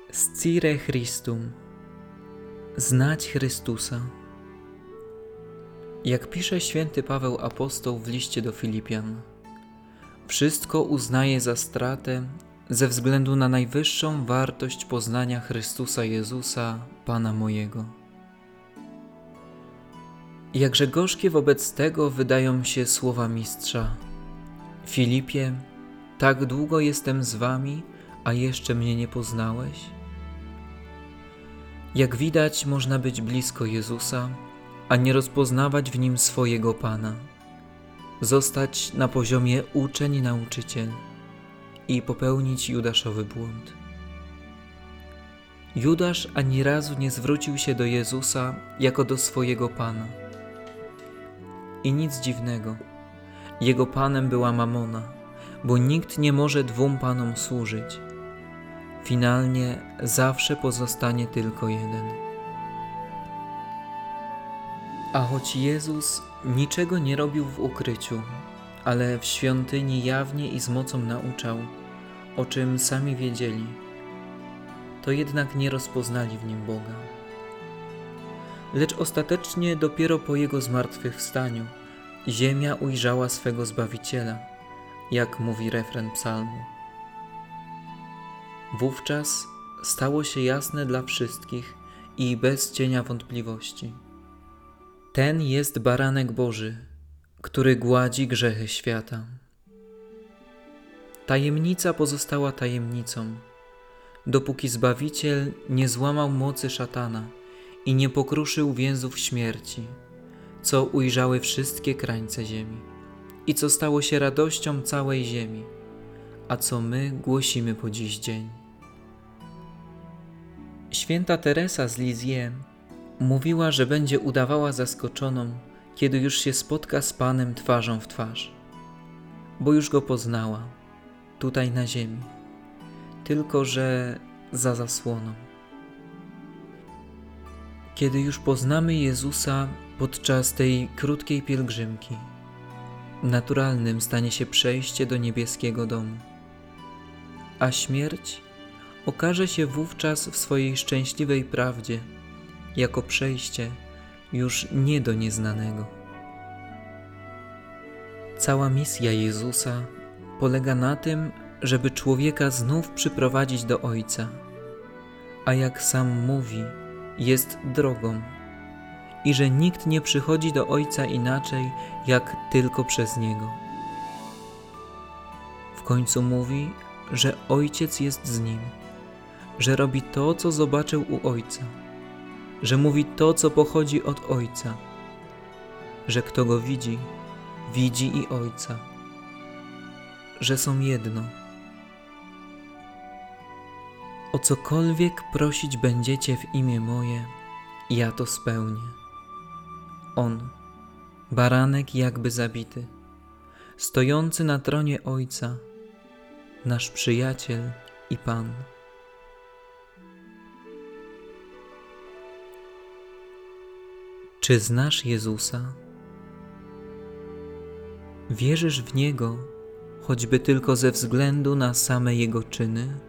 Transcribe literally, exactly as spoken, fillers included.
Scire Christum. Znać Chrystusa. Jak pisze święty Paweł apostoł w liście do Filipian, wszystko uznaję za stratę ze względu na najwyższą wartość poznania Chrystusa Jezusa, Pana mojego. Jakże gorzkie wobec tego wydają się słowa mistrza: Filipie, tak długo jestem z wami, a jeszcze mnie nie poznałeś? Jak widać, można być blisko Jezusa, a nie rozpoznawać w Nim swojego Pana, zostać na poziomie uczeń-nauczyciel i popełnić Judaszowy błąd. Judasz ani razu nie zwrócił się do Jezusa jako do swojego Pana. I nic dziwnego, jego Panem była mamona, bo nikt nie może dwóm Panom służyć. Finalnie zawsze pozostanie tylko jeden. A choć Jezus niczego nie robił w ukryciu, ale w świątyni jawnie i z mocą nauczał, o czym sami wiedzieli, to jednak nie rozpoznali w Nim Boga. Lecz ostatecznie dopiero po Jego zmartwychwstaniu ziemia ujrzała swego Zbawiciela, jak mówi refren psalmu. Wówczas stało się jasne dla wszystkich i bez cienia wątpliwości: ten jest Baranek Boży, który gładzi grzechy świata. Tajemnica pozostała tajemnicą, dopóki Zbawiciel nie złamał mocy szatana i nie pokruszył więzów śmierci, co ujrzały wszystkie krańce ziemi i co stało się radością całej ziemi, a co my głosimy po dziś dzień. Święta Teresa z Lisieux mówiła, że będzie udawała zaskoczoną, kiedy już się spotka z Panem twarzą w twarz, bo już Go poznała, tutaj na ziemi, tylko że za zasłoną. Kiedy już poznamy Jezusa podczas tej krótkiej pielgrzymki, naturalnym stanie się przejście do niebieskiego domu, a śmierć okaże się wówczas w swojej szczęśliwej prawdzie jako przejście już nie do nieznanego. Cała misja Jezusa polega na tym, żeby człowieka znów przyprowadzić do Ojca, a jak sam mówi, jest drogą i że nikt nie przychodzi do Ojca inaczej, jak tylko przez Niego. W końcu mówi, że Ojciec jest z Nim, że robi to, co zobaczył u Ojca, że mówi to, co pochodzi od Ojca, że kto Go widzi, widzi i Ojca, że są jedno. O cokolwiek prosić będziecie w imię moje, ja to spełnię. On, baranek jakby zabity, stojący na tronie Ojca, nasz przyjaciel i Pan. Czy znasz Jezusa? Wierzysz w Niego, choćby tylko ze względu na same Jego czyny?